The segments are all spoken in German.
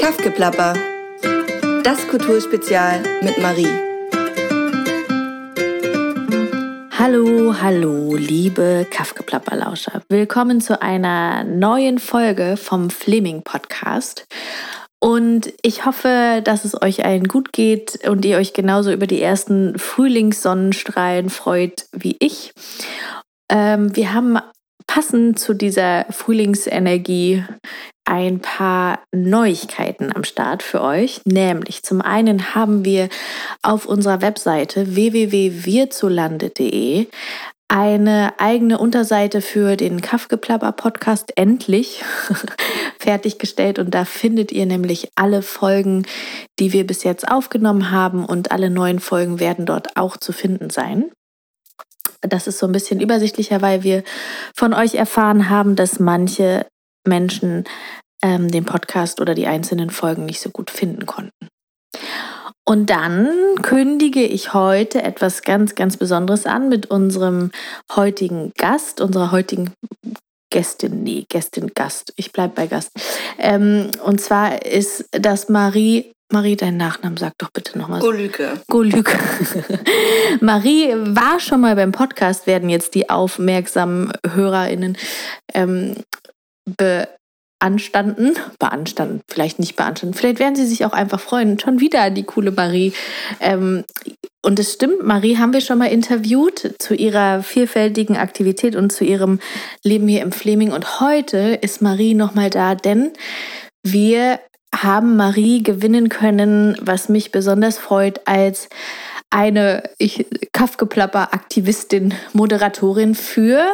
Kaffgeplapper. Das Kulturspezial mit Marie. Hallo, liebe Kaffgeplapper-Lauscher. Willkommen zu einer neuen Folge vom Fleming-Podcast. Und ich hoffe, dass es euch allen gut geht und ihr euch genauso über die ersten Frühlingssonnenstrahlen freut wie ich. Wir haben passend zu dieser Frühlingsenergie ein paar Neuigkeiten am Start für euch. Nämlich zum einen haben wir auf unserer Webseite www.wirzolande.de eine eigene Unterseite für den Kaffgeplapper-Podcast endlich fertiggestellt. Und da findet ihr nämlich alle Folgen, die wir bis jetzt aufgenommen haben. Und alle neuen Folgen werden dort auch zu finden sein. Das ist so ein bisschen übersichtlicher, weil wir von euch erfahren haben, dass manche Menschen den Podcast oder die einzelnen Folgen nicht so gut finden konnten. Und dann kündige ich heute etwas ganz, ganz Besonderes an mit unserem heutigen Gast, unserer heutigen Gast. Ich bleibe bei Gast. Und zwar ist das Marie, deinen Nachnamen sag doch bitte nochmal. Golüke. Marie war schon mal beim Podcast, werden jetzt die aufmerksamen HörerInnen vielleicht werden sie sich auch einfach freuen. Schon wieder die coole Marie. Und es stimmt, Marie haben wir schon mal interviewt zu ihrer vielfältigen Aktivität und zu ihrem Leben hier im Fleming. Und heute ist Marie nochmal da, denn wir haben Marie gewinnen können, was mich besonders freut, als eine Kaffgeplapper-Aktivistin, Moderatorin für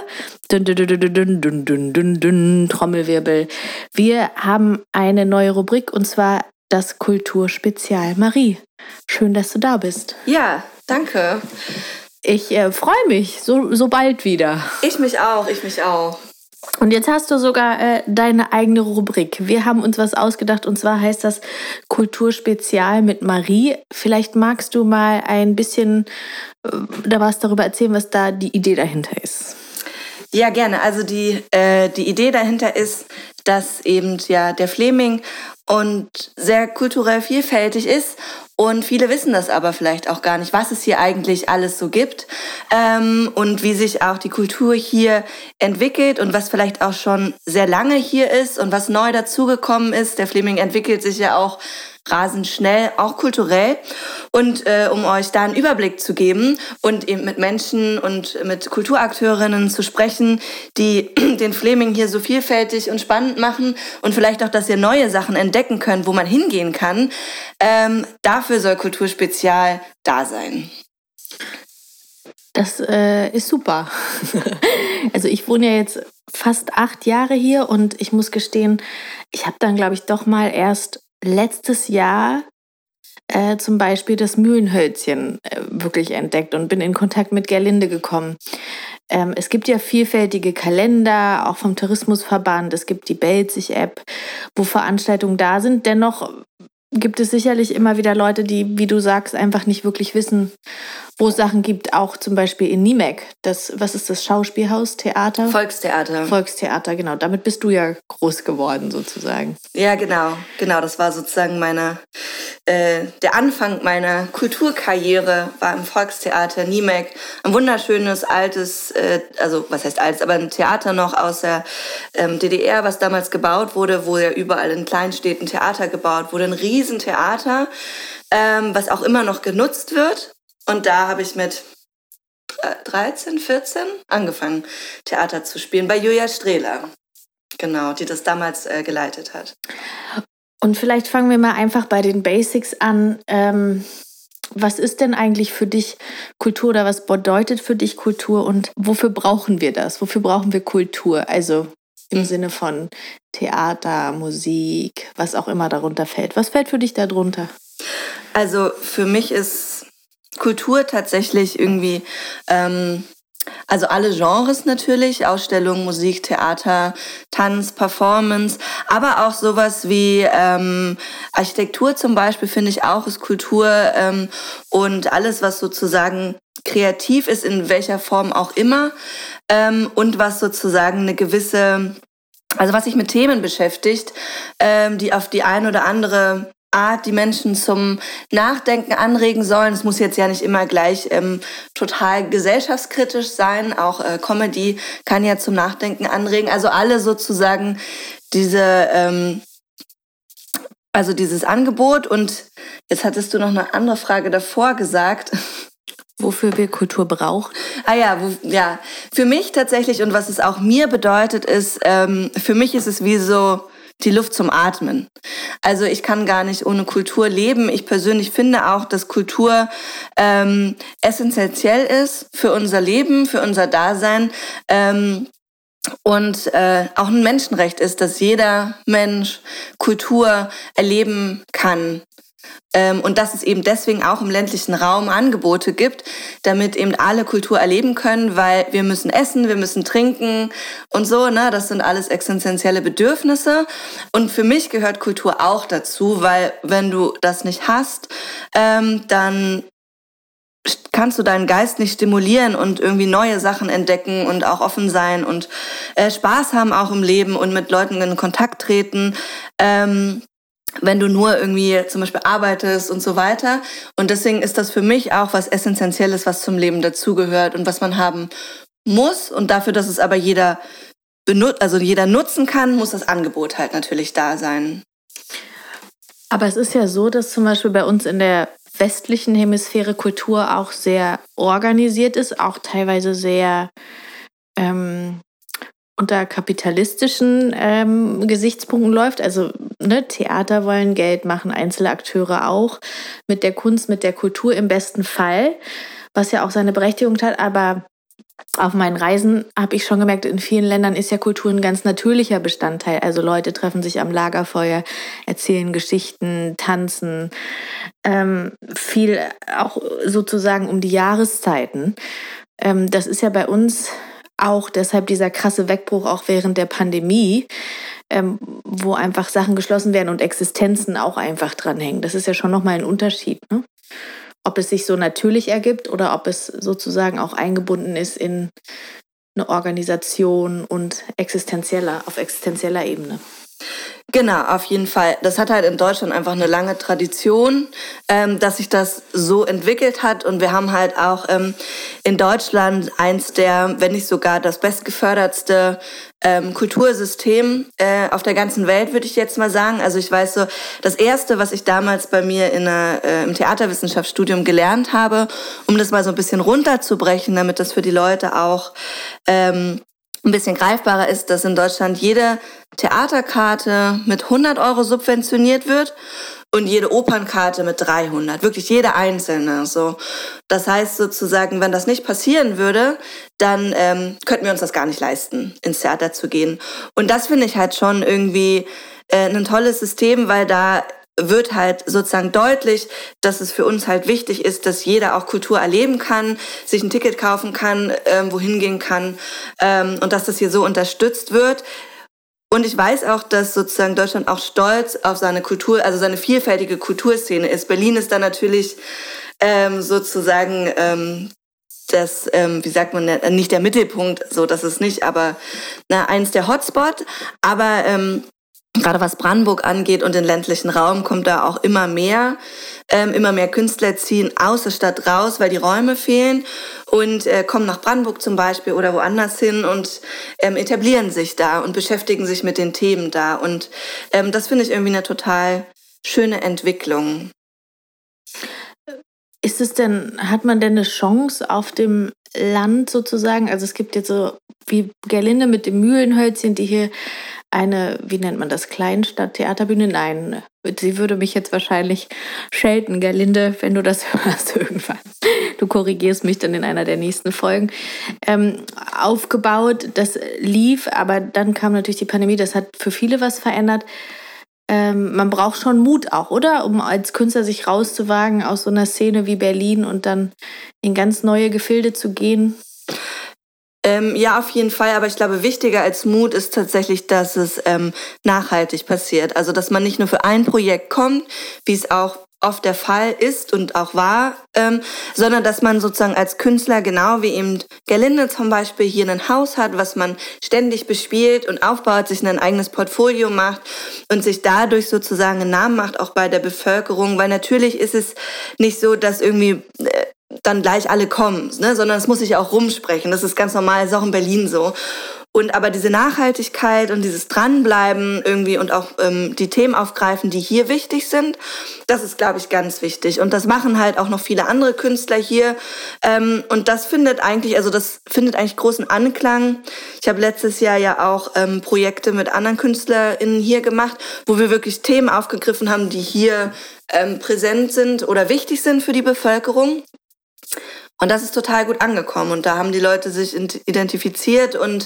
Trommelwirbel. Wir haben eine neue Rubrik und zwar das Kulturspezial. Marie, schön, dass du da bist. Ja, danke. Ich freue mich, so bald wieder. Ich mich auch. Und jetzt hast du sogar deine eigene Rubrik. Wir haben uns was ausgedacht und zwar heißt das Kulturspezial mit Marie. Vielleicht magst du mal ein bisschen darüber erzählen, was da die Idee dahinter ist. Ja, gerne. Also die Idee dahinter ist, dass eben ja der Fleming und sehr kulturell vielfältig ist. Und viele wissen das aber vielleicht auch gar nicht, was es hier eigentlich alles so gibt und wie sich auch die Kultur hier entwickelt und was vielleicht auch schon sehr lange hier ist und was neu dazugekommen ist. Der Fleming entwickelt sich ja auch rasend schnell, auch kulturell. Und um euch da einen Überblick zu geben und eben mit Menschen und mit Kulturakteurinnen zu sprechen, die den Fleming hier so vielfältig und spannend machen und vielleicht auch, dass ihr neue Sachen entdecken könnt, wo man hingehen kann, dafür soll Kulturspezial da sein. Das ist super. Also ich wohne ja jetzt fast 8 Jahre hier und ich muss gestehen, ich habe dann, glaube ich, doch mal erst letztes Jahr zum Beispiel das Mühlenhölzchen wirklich entdeckt und bin in Kontakt mit Gerlinde gekommen. Es gibt ja vielfältige Kalender, auch vom Tourismusverband. Es gibt die Belzig-App, wo Veranstaltungen da sind. Dennoch gibt es sicherlich immer wieder Leute, die, wie du sagst, einfach nicht wirklich wissen, wo es Sachen gibt, auch zum Beispiel in Niemek. Was ist das? Schauspielhaus, Theater? Volkstheater, genau. Damit bist du ja groß geworden, sozusagen. Ja, genau. Das war sozusagen der Anfang meiner Kulturkarriere war im Volkstheater Niemek. Ein wunderschönes, altes, was heißt altes, aber ein Theater noch aus der DDR, was damals gebaut wurde, wo ja überall in Kleinstädten Theater gebaut wurde. Ein Riesentheater, was auch immer noch genutzt wird. Und da habe ich mit 13, 14 angefangen, Theater zu spielen, bei Julia Strehler. Genau, die das damals geleitet hat. Und vielleicht fangen wir mal einfach bei den Basics an. Was ist denn eigentlich für dich Kultur oder was bedeutet für dich Kultur und wofür brauchen wir das? Wofür brauchen wir Kultur? Also im Sinne von Theater, Musik, was auch immer darunter fällt. Was fällt für dich darunter? Also für mich ist Kultur tatsächlich irgendwie, also alle Genres natürlich, Ausstellung, Musik, Theater, Tanz, Performance, aber auch sowas wie Architektur zum Beispiel, finde ich auch, ist Kultur und alles, was sozusagen kreativ ist, in welcher Form auch immer und was sozusagen eine gewisse also was sich mit Themen beschäftigt, die auf die eine oder andere Art die Menschen zum Nachdenken anregen sollen. Es muss jetzt ja nicht immer gleich total gesellschaftskritisch sein. Auch Comedy kann ja zum Nachdenken anregen. Also alle sozusagen also dieses Angebot. Und jetzt hattest du noch eine andere Frage davor gesagt. Wofür wir Kultur brauchen? Ja. Für mich tatsächlich, und was es auch mir bedeutet, ist, für mich ist es wie so die Luft zum Atmen. Also ich kann gar nicht ohne Kultur leben. Ich persönlich finde auch, dass Kultur essentiell ist für unser Leben, für unser Dasein. Und auch ein Menschenrecht ist, dass jeder Mensch Kultur erleben kann. Und dass es eben deswegen auch im ländlichen Raum Angebote gibt, damit eben alle Kultur erleben können, weil wir müssen essen, wir müssen trinken und so, ne? Das sind alles existenzielle Bedürfnisse. Und für mich gehört Kultur auch dazu, weil wenn du das nicht hast, dann kannst du deinen Geist nicht stimulieren und irgendwie neue Sachen entdecken und auch offen sein und Spaß haben auch im Leben und mit Leuten in Kontakt treten, wenn du nur irgendwie zum Beispiel arbeitest und so weiter. Und deswegen ist das für mich auch was Essentielles, was zum Leben dazugehört und was man haben muss. Und dafür, dass es aber jeder nutzen kann, muss das Angebot halt natürlich da sein. Aber es ist ja so, dass zum Beispiel bei uns in der westlichen Hemisphäre Kultur auch sehr organisiert ist, auch teilweise sehr unter kapitalistischen Gesichtspunkten läuft. Also Theater wollen Geld machen, einzelne Akteure auch, mit der Kunst, mit der Kultur im besten Fall, was ja auch seine Berechtigung hat. Aber auf meinen Reisen habe ich schon gemerkt, in vielen Ländern ist ja Kultur ein ganz natürlicher Bestandteil. Also Leute treffen sich am Lagerfeuer, erzählen Geschichten, tanzen, viel auch sozusagen um die Jahreszeiten. Das ist ja bei uns auch deshalb dieser krasse Wegbruch auch während der Pandemie, wo einfach Sachen geschlossen werden und Existenzen auch einfach dranhängen. Das ist ja schon nochmal ein Unterschied, ne? Ob es sich so natürlich ergibt oder ob es sozusagen auch eingebunden ist in eine Organisation und auf existenzieller Ebene. Genau, auf jeden Fall. Das hat halt in Deutschland einfach eine lange Tradition, dass sich das so entwickelt hat. Und wir haben halt auch in Deutschland eins der, wenn nicht sogar das bestgefördertste Kultursystem auf der ganzen Welt, würde ich jetzt mal sagen. Also ich weiß so, das Erste, was ich damals bei mir im Theaterwissenschaftsstudium gelernt habe, um das mal so ein bisschen runterzubrechen, damit das für die Leute auch ein bisschen greifbarer ist, dass in Deutschland jede Theaterkarte mit 100 € subventioniert wird und jede Opernkarte mit 300. Wirklich jede einzelne. So. Das heißt sozusagen, wenn das nicht passieren würde, dann könnten wir uns das gar nicht leisten, ins Theater zu gehen. Und das finde ich halt schon irgendwie ein tolles System, weil da wird halt sozusagen deutlich, dass es für uns halt wichtig ist, dass jeder auch Kultur erleben kann, sich ein Ticket kaufen kann, wohin gehen kann und dass das hier so unterstützt wird. Und ich weiß auch, dass sozusagen Deutschland auch stolz auf seine Kultur, also seine vielfältige Kulturszene ist. Berlin ist da natürlich sozusagen das, wie sagt man, nicht der Mittelpunkt, so das ist nicht, aber eins der Hotspot. Aber gerade was Brandenburg angeht und den ländlichen Raum, kommt da auch immer mehr Künstler ziehen aus der Stadt raus, weil die Räume fehlen und kommen nach Brandenburg zum Beispiel oder woanders hin und etablieren sich da und beschäftigen sich mit den Themen da. Und das finde ich irgendwie eine total schöne Entwicklung. Hat man denn eine Chance auf dem Land sozusagen? Also es gibt jetzt so wie Gerlinde mit dem Mühlenhölzchen, die hier eine, wie nennt man das, Kleinstadt-Theaterbühne? Nein, sie würde mich jetzt wahrscheinlich schelten, Gerlinde, wenn du das hörst irgendwann. Du korrigierst mich dann in einer der nächsten Folgen. Aufgebaut, das lief, aber dann kam natürlich die Pandemie, das hat für viele was verändert. Man braucht schon Mut auch, oder? Um als Künstler sich rauszuwagen aus so einer Szene wie Berlin und dann in ganz neue Gefilde zu gehen. Ja, auf jeden Fall. Aber ich glaube, wichtiger als Mut ist tatsächlich, dass es nachhaltig passiert. Also, dass man nicht nur für ein Projekt kommt, wie es auch oft der Fall ist und auch war, sondern dass man sozusagen als Künstler, genau wie eben Gerlinde zum Beispiel, hier ein Haus hat, was man ständig bespielt und aufbaut, sich ein eigenes Portfolio macht und sich dadurch sozusagen einen Namen macht, auch bei der Bevölkerung, weil natürlich ist es nicht so, dass irgendwie dann gleich alle kommen, ne? Sondern es muss sich auch rumsprechen, das ist ganz normal, ist auch in Berlin so. Und aber diese Nachhaltigkeit und dieses Dranbleiben irgendwie und auch die Themen aufgreifen, die hier wichtig sind, das ist, glaube ich, ganz wichtig. Und das machen halt auch noch viele andere Künstler hier. Und das findet eigentlich großen Anklang. Ich habe letztes Jahr ja auch Projekte mit anderen KünstlerInnen hier gemacht, wo wir wirklich Themen aufgegriffen haben, die hier präsent sind oder wichtig sind für die Bevölkerung. Und das ist total gut angekommen und da haben die Leute sich identifiziert und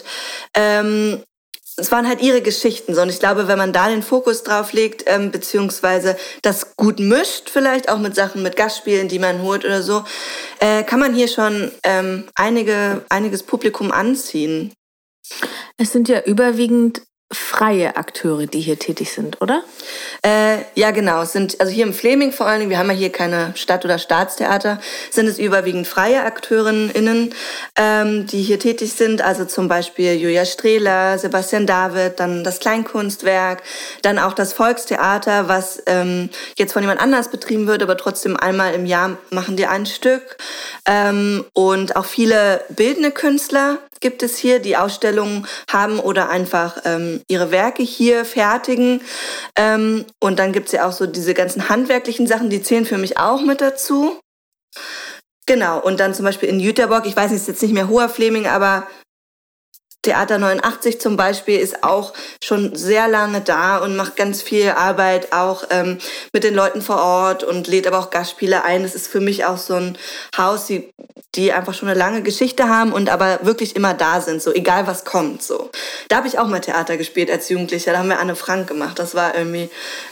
es waren halt ihre Geschichten. So. Und ich glaube, wenn man da den Fokus drauf legt, beziehungsweise das gut mischt, vielleicht auch mit Sachen, mit Gastspielen, die man holt oder so, kann man hier schon einiges Publikum anziehen. Es sind ja überwiegend freie Akteure, die hier tätig sind, oder? Ja, genau. Es sind, also hier im Fleming vor allen Dingen, wir haben ja hier keine Stadt- oder Staatstheater, sind es überwiegend freie AkteurInnen, die hier tätig sind. Also zum Beispiel Julia Strehler, Sebastian David, dann das Kleinkunstwerk, dann auch das Volkstheater, was jetzt von jemand anders betrieben wird, aber trotzdem einmal im Jahr machen die ein Stück. Und auch viele bildende Künstler gibt es hier, die Ausstellungen haben oder einfach ihre Werke hier fertigen. Und dann gibt es ja auch so diese ganzen handwerklichen Sachen, die zählen für mich auch mit dazu. Genau, und dann zum Beispiel in Jüterbock, ich weiß nicht, ist jetzt nicht mehr Hoher Fleming, aber Theater 89 zum Beispiel ist auch schon sehr lange da und macht ganz viel Arbeit auch mit den Leuten vor Ort und lädt aber auch Gastspiele ein. Das ist für mich auch so ein Haus, die einfach schon eine lange Geschichte haben und aber wirklich immer da sind, so egal was kommt. So. Da habe ich auch mal Theater gespielt als Jugendlicher, da haben wir Anne Frank gemacht. Das war irgendwie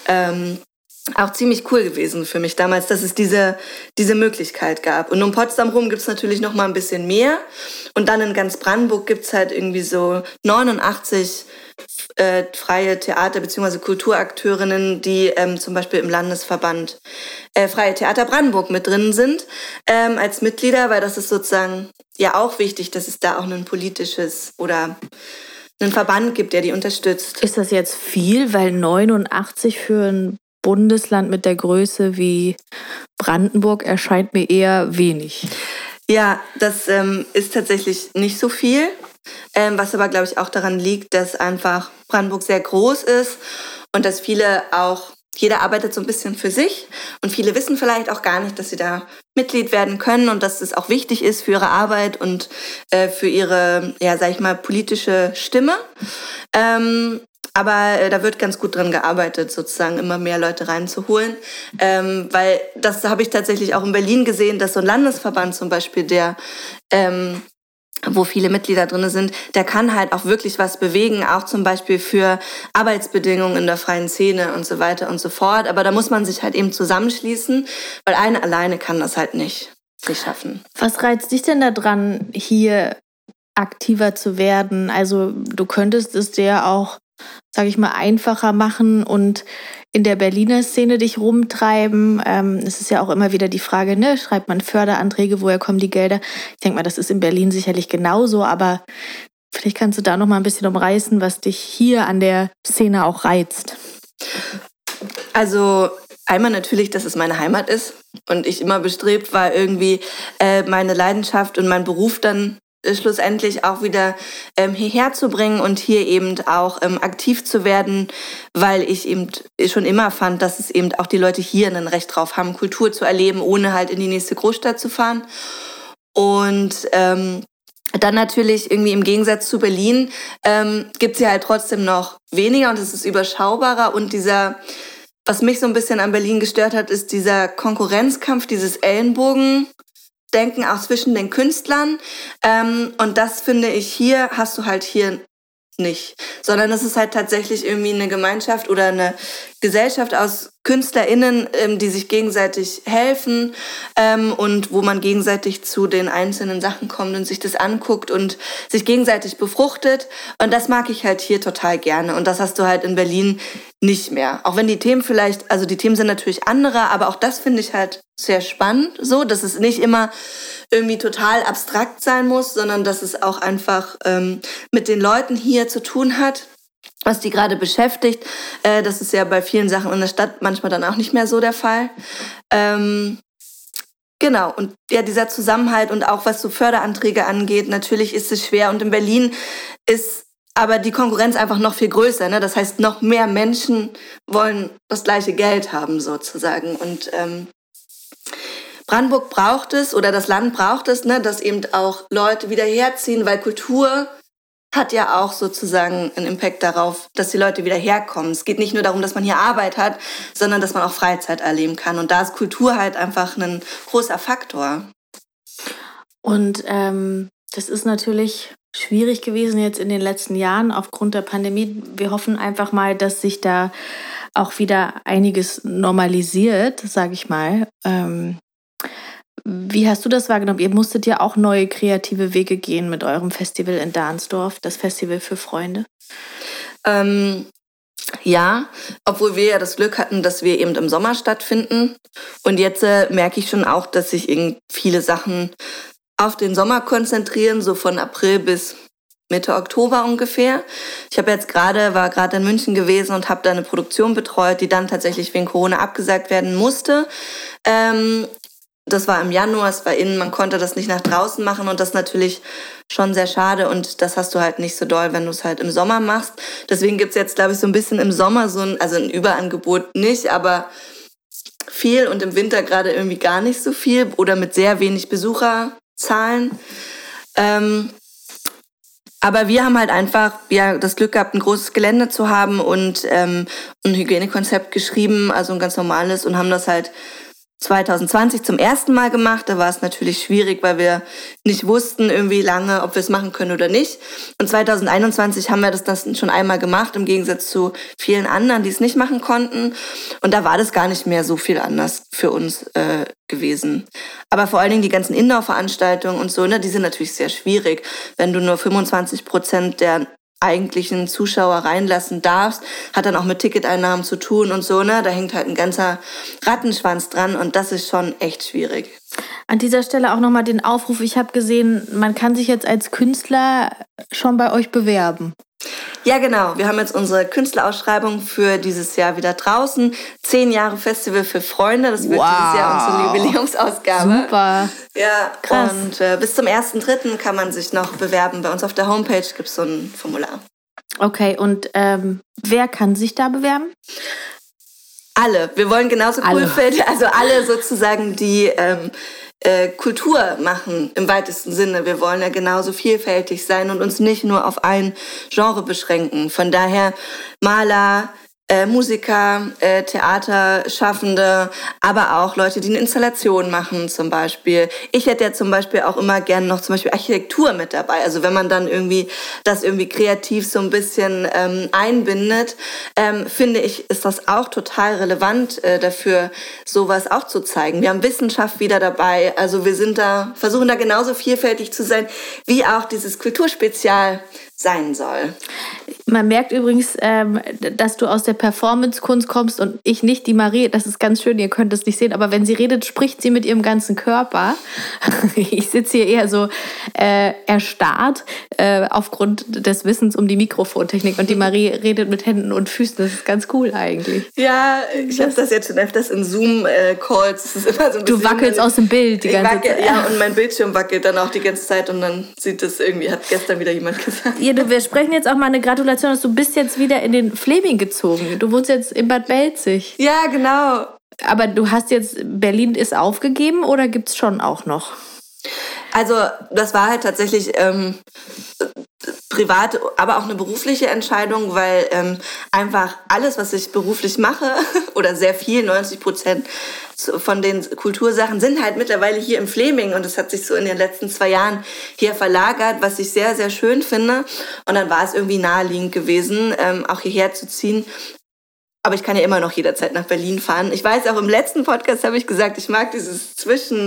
auch ziemlich cool gewesen für mich damals, dass es diese Möglichkeit gab. Und um Potsdam rum gibt's natürlich noch mal ein bisschen mehr. Und dann in ganz Brandenburg gibt's halt irgendwie so 89 freie Theater- bzw. Kulturakteurinnen, die zum Beispiel im Landesverband Freie Theater Brandenburg mit drin sind als Mitglieder, weil das ist sozusagen ja auch wichtig, dass es da auch ein politisches oder einen Verband gibt, der die unterstützt. Ist das jetzt viel, weil 89 für ein Bundesland mit der Größe wie Brandenburg erscheint mir eher wenig? Ja, das ist tatsächlich nicht so viel, was aber, glaube ich, auch daran liegt, dass einfach Brandenburg sehr groß ist und dass jeder arbeitet so ein bisschen für sich und viele wissen vielleicht auch gar nicht, dass sie da Mitglied werden können und dass es auch wichtig ist für ihre Arbeit und für ihre, ja, sag ich mal, politische Stimme. Aber da wird ganz gut dran gearbeitet, sozusagen immer mehr Leute reinzuholen. Weil das habe ich tatsächlich auch in Berlin gesehen, dass so ein Landesverband zum Beispiel, der wo viele Mitglieder drin sind, der kann halt auch wirklich was bewegen, auch zum Beispiel für Arbeitsbedingungen in der freien Szene und so weiter und so fort. Aber da muss man sich halt eben zusammenschließen, weil einer alleine kann das halt nicht schaffen. Was reizt dich denn daran, hier aktiver zu werden? Also du könntest es dir auch, sage ich mal, einfacher machen und in der Berliner Szene dich rumtreiben. Es ist ja auch immer wieder die Frage, ne, schreibt man Förderanträge, woher kommen die Gelder? Ich denke mal, das ist in Berlin sicherlich genauso, aber vielleicht kannst du da noch mal ein bisschen umreißen, was dich hier an der Szene auch reizt. Also einmal natürlich, dass es meine Heimat ist und ich immer bestrebt war, irgendwie meine Leidenschaft und meinen Beruf dann schlussendlich auch wieder hierher zu bringen und hier eben auch aktiv zu werden, weil ich eben schon immer fand, dass es eben auch die Leute hier ein Recht drauf haben, Kultur zu erleben, ohne halt in die nächste Großstadt zu fahren. Und dann natürlich irgendwie im Gegensatz zu Berlin gibt es hier halt trotzdem noch weniger und es ist überschaubarer und was mich so ein bisschen an Berlin gestört hat, ist dieser Konkurrenzkampf, dieses Ellenbogen Denken auch zwischen den Künstlern. Und das finde ich hast du halt hier nicht. Sondern es ist halt tatsächlich irgendwie eine Gemeinschaft oder eine Gesellschaft aus KünstlerInnen, die sich gegenseitig helfen und wo man gegenseitig zu den einzelnen Sachen kommt und sich das anguckt und sich gegenseitig befruchtet. Und das mag ich halt hier total gerne. Und das hast du halt in Berlin nicht mehr. Auch wenn die Themen vielleicht, also die Themen sind natürlich andere, aber auch das finde ich halt sehr spannend, so, dass es nicht immer irgendwie total abstrakt sein muss, sondern dass es auch einfach mit den Leuten hier zu tun hat, was die gerade beschäftigt. Das ist ja bei vielen Sachen in der Stadt manchmal dann auch nicht mehr so der Fall. Genau, und ja, dieser Zusammenhalt und auch was so Förderanträge angeht, natürlich ist es schwer. Und in Berlin ist aber die Konkurrenz einfach noch viel größer. Ne? Das heißt, noch mehr Menschen wollen das gleiche Geld haben sozusagen. Und Brandenburg braucht es, oder das Land braucht es, ne, dass eben auch Leute wieder herziehen, weil Kultur hat ja auch sozusagen einen Impact darauf, dass die Leute wieder herkommen. Es geht nicht nur darum, dass man hier Arbeit hat, sondern dass man auch Freizeit erleben kann. Und da ist Kultur halt einfach ein großer Faktor. Und das ist natürlich schwierig gewesen jetzt in den letzten Jahren aufgrund der Pandemie. Wir hoffen einfach mal, dass sich da auch wieder einiges normalisiert, sage ich mal. Wie hast du das wahrgenommen? Ihr musstet ja auch neue kreative Wege gehen mit eurem Festival in Dahnsdorf, das Festival für Freunde. Ja, obwohl wir ja das Glück hatten, dass wir eben im Sommer stattfinden. Und jetzt merke ich schon auch, dass sich viele Sachen auf den Sommer konzentrieren, so von April bis Mitte Oktober ungefähr. Ich war gerade in München gewesen und habe da eine Produktion betreut, die dann tatsächlich wegen Corona abgesagt werden musste. Das war im Januar, es war innen, man konnte das nicht nach draußen machen und das ist natürlich schon sehr schade und das hast du halt nicht so doll, wenn du es halt im Sommer machst. Deswegen gibt's jetzt, glaube ich, so ein bisschen im Sommer also ein Überangebot nicht, aber viel und im Winter gerade irgendwie gar nicht so viel oder mit sehr wenig Besucherzahlen. Aber wir haben halt einfach das Glück gehabt, ein großes Gelände zu haben und ein Hygienekonzept geschrieben, also ein ganz normales, und haben das halt 2020 zum ersten Mal gemacht. Da war es natürlich schwierig, weil wir nicht wussten irgendwie lange, ob wir es machen können oder nicht. Und 2021 haben wir das schon einmal gemacht, im Gegensatz zu vielen anderen, die es nicht machen konnten. Und da war das gar nicht mehr so viel anders für uns gewesen. Aber vor allen Dingen die ganzen Indoor-Veranstaltungen und so, ne, die sind natürlich sehr schwierig. Wenn du nur 25% der eigentlichen Zuschauer reinlassen darfst, hat dann auch mit Ticketeinnahmen zu tun und so, ne? Da hängt halt ein ganzer Rattenschwanz dran und das ist schon echt schwierig. An dieser Stelle auch nochmal den Aufruf, ich habe gesehen, man kann sich jetzt als Künstler schon bei euch bewerben. Ja, genau. Wir haben jetzt unsere Künstlerausschreibung für dieses Jahr wieder draußen. 10 Jahre Festival für Freunde. Das wird dieses Jahr unsere Jubiläumsausgabe. Super. Ja, krass. Und bis zum 1.3. kann man sich noch bewerben. Bei uns auf der Homepage gibt es so ein Formular. Okay, und wer kann sich da bewerben? Alle. Wir wollen genauso Coolfeld, also alle sozusagen, die Kultur machen im weitesten Sinne. Wir wollen ja genauso vielfältig sein und uns nicht nur auf ein Genre beschränken. Von daher Maler, Musiker, Theaterschaffende, aber auch Leute, die eine Installation machen zum Beispiel. Ich hätte ja zum Beispiel auch immer gerne noch zum Beispiel Architektur mit dabei. Also wenn man dann irgendwie das irgendwie kreativ so ein bisschen einbindet, finde ich, ist das auch total relevant dafür, sowas auch zu zeigen. Wir haben Wissenschaft wieder dabei. Also wir versuchen da genauso vielfältig zu sein, wie auch dieses Kulturspezial sein soll. Man merkt übrigens, dass du aus der Performance-Kunst kommst und ich nicht. Die Marie, das ist ganz schön, ihr könnt es nicht sehen, aber wenn sie redet, spricht sie mit ihrem ganzen Körper. Ich sitze hier eher so erstarrt aufgrund des Wissens um die Mikrofontechnik und die Marie redet mit Händen und Füßen. Das ist ganz cool eigentlich. Ja, ich habe das jetzt schon öfters in Zoom-Calls. Das ist immer so ein bisschen, du wackelst aus dem Bild die ganze Zeit. Ja, und mein Bildschirm wackelt dann auch die ganze Zeit und dann sieht das irgendwie, hat gestern wieder jemand gesagt. Ja, wir sprechen jetzt auch mal eine Gratulation, dass du bist jetzt wieder in den Fleming gezogen. Du wohnst jetzt in Bad Belzig. Ja, genau. Aber du hast jetzt, Berlin ist aufgegeben oder gibt es schon auch noch? Also das war halt tatsächlich privat, aber auch eine berufliche Entscheidung, weil einfach alles, was ich beruflich mache, oder sehr viel, 90% von den Kultursachen sind halt mittlerweile hier im Fleming und es hat sich so in den letzten 2 Jahren hier verlagert, was ich sehr, sehr schön finde. Und dann war es irgendwie naheliegend gewesen, auch hierher zu ziehen. Aber ich kann ja immer noch jederzeit nach Berlin fahren. Ich weiß, auch im letzten Podcast habe ich gesagt, ich mag dieses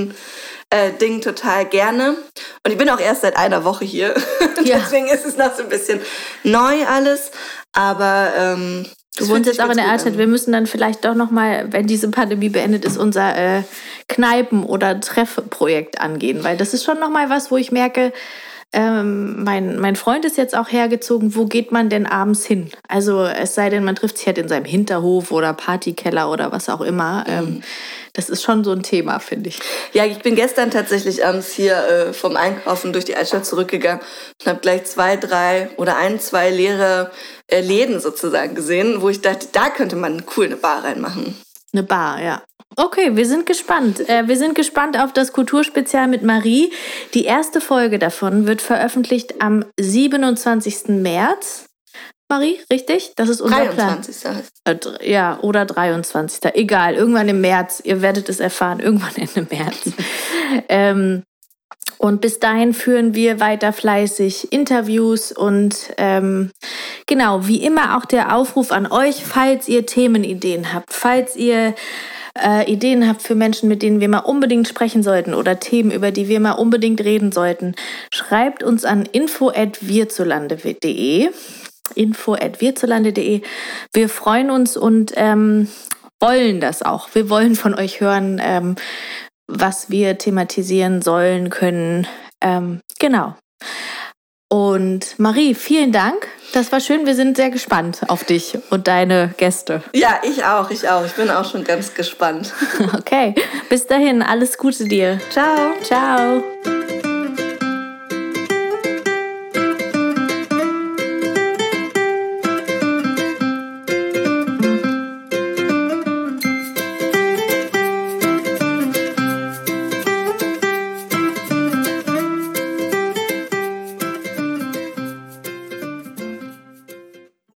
Ding total gerne. Und ich bin auch erst seit einer Woche hier. Ja. Deswegen ist es noch so ein bisschen neu alles. Aber Du wohnst jetzt auch in der Altstadt. Wir müssen dann vielleicht doch nochmal, wenn diese Pandemie beendet ist, unser Kneipen- oder Treffprojekt angehen. Weil das ist schon nochmal was, wo ich merke, mein Freund ist jetzt auch hergezogen. Wo geht man denn abends hin? Also es sei denn, man trifft sich halt in seinem Hinterhof oder Partykeller oder was auch immer. Das ist schon so ein Thema, finde ich. Ja, ich bin gestern tatsächlich abends hier vom Einkaufen durch die Altstadt zurückgegangen und habe gleich 2 leere Läden sozusagen gesehen, wo ich dachte, da könnte man cool eine Bar reinmachen. Eine Bar, ja. Okay, wir sind gespannt. Wir sind gespannt auf das Kulturspezial mit Marie. Die erste Folge davon wird veröffentlicht am 27. März. Marie, richtig? Das ist unser 23. Plan. Ja, oder 23. Egal, irgendwann im März. Ihr werdet es erfahren, irgendwann Ende März. Und bis dahin führen wir weiter fleißig Interviews und genau, wie immer auch der Aufruf an euch, falls ihr Themenideen habt, falls ihr Ideen habt für Menschen, mit denen wir mal unbedingt sprechen sollten oder Themen, über die wir mal unbedingt reden sollten, schreibt uns an info@wirzulande.de. info@wirzulande.de. Wir freuen uns und wollen das auch. Wir wollen von euch hören, was wir thematisieren sollen, können. Genau. Und Marie, vielen Dank. Das war schön. Wir sind sehr gespannt auf dich und deine Gäste. Ja, ich auch. Ich bin auch schon ganz gespannt. Okay. Bis dahin. Alles Gute dir. Ciao. Ciao.